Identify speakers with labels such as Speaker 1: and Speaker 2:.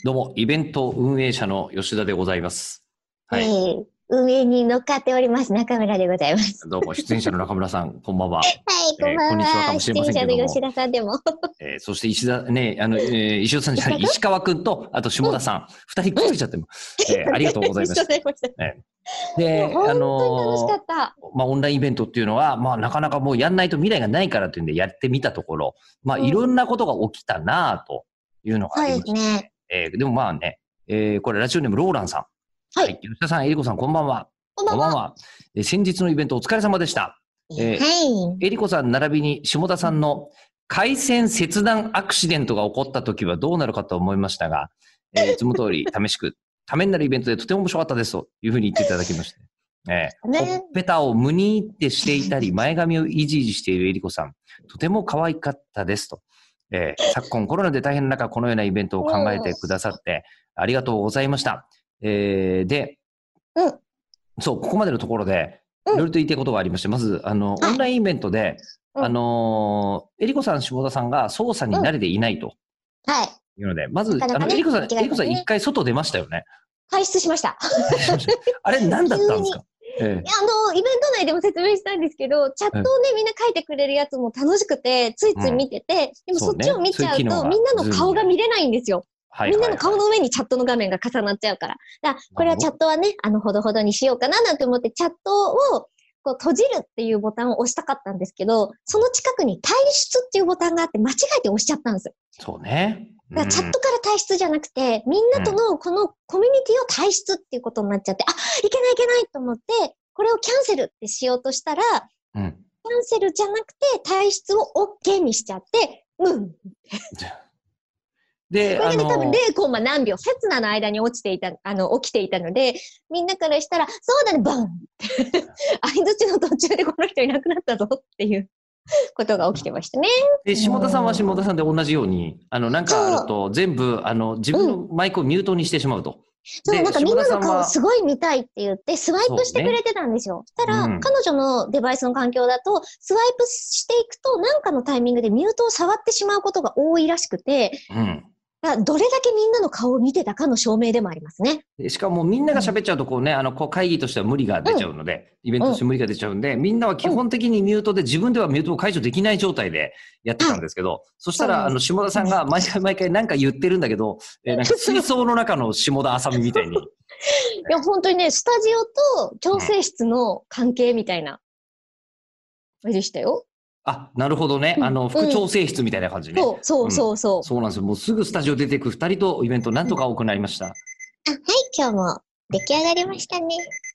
Speaker 1: どうも、イベント運営者の吉田でございます。
Speaker 2: はい。運営に乗っかっております、中村でございます。
Speaker 1: どうも、出演者の中村さん、こんばんは。
Speaker 2: はい、こんばん
Speaker 1: こんにちはか
Speaker 2: は。
Speaker 1: もしれません
Speaker 2: 出演者
Speaker 1: けども。
Speaker 2: の吉田さんでも。
Speaker 1: そして石田さんじゃない、石川くんと、あと下田さん、二人くっつけちゃっても、ありがとうございました。で、
Speaker 2: 本当に楽しかった。
Speaker 1: オンラインイベントっていうのは、なかなかもうやんないと未来がないからというんでやってみたところ、いろんなことが起きたなというのがありました。そうですね。でもこれラジオネームローランさん。はい。吉田さん、えりこさん、こんばんは。
Speaker 2: こんばんは。
Speaker 1: 先日のイベントお疲れ様でした。えりこさん並びに下田さんの回線切断アクシデントが起こった時はどうなるかと思いましたが、いつも通り試しく、ためになるイベントでとても面白かったですというふうに言っていただきまして。ほっぺたをむにってしていたり、前髪をいじいじしているえりこさん、とても可愛かったですと。昨今コロナで大変な中、このようなイベントを考えてくださって、ありがとうございました。で、そう、ここまでのところで、いろいろと言いたいことがありまして、まず、オンラインイベントで、えりこさん、下田さんが操作に慣れていないと。はい。いうので、まず、えりこさん一回外出ましたよね。
Speaker 2: 退出しました。
Speaker 1: あれ、何だったんですか？
Speaker 2: イベント内でも説明したんですけど、チャットをね、みんな書いてくれるやつも楽しくて、ついつい見てて、でもそっちを見ちゃうと、みんなの顔が見れないんですよ。みんなの顔の上にチャットの画面が重なっちゃうから。これはチャットはね、ほどほどにしようかななんて思って、チャットをこう閉じるっていうボタンを押したかったんですけど、その近くに退出っていうボタンがあって間違えて押しちゃったんです。
Speaker 1: そうね。
Speaker 2: だからチャットから退出じゃなくて、みんなとのこのコミュニティを退出っていうことになっちゃって、いけないいけないと思って、これをキャンセルってしようとしたら、キャンセルじゃなくて退出を OK にしちゃって、で、これがね、多分 0 コンマ何秒、刹那の間に起きていたので、みんなからしたら、そうだね、バンって相槌の途中でこの人いなくなったぞっていうことが起きてましたね。
Speaker 1: で、下田さんは下田さんで同じように、なんかあると全部、自分のマイクをミュートにしてしまうと。
Speaker 2: そう、なんかみんなの顔すごい見たいって言って、スワイプしてくれてたんですよ。そしたら、彼女のデバイスの環境だと、スワイプしていくと、なんかのタイミングでミュートを触ってしまうことが多いらしくて、どれだけみんなの顔を見てたかの証明でもありますね。
Speaker 1: しかもみんなが喋っちゃうとこう会議としては無理が出ちゃうので、イベントとして無理が出ちゃうんで、みんなは基本的にミュートで自分ではミュートを解除できない状態でやってたんですけど、そしたら下田さんが毎回なんか言ってるんだけど、なんか水槽の中の下田あさみみたいに。い
Speaker 2: や、本当にね、スタジオと調整室の関係みたいな、あれでしたよ。
Speaker 1: なるほどね。副調整室みたいな感じね。
Speaker 2: そう
Speaker 1: なんですよ。もうすぐスタジオ出てく2人とイベントなんとか多くなりました。
Speaker 2: はい、今日も出来上がりましたね。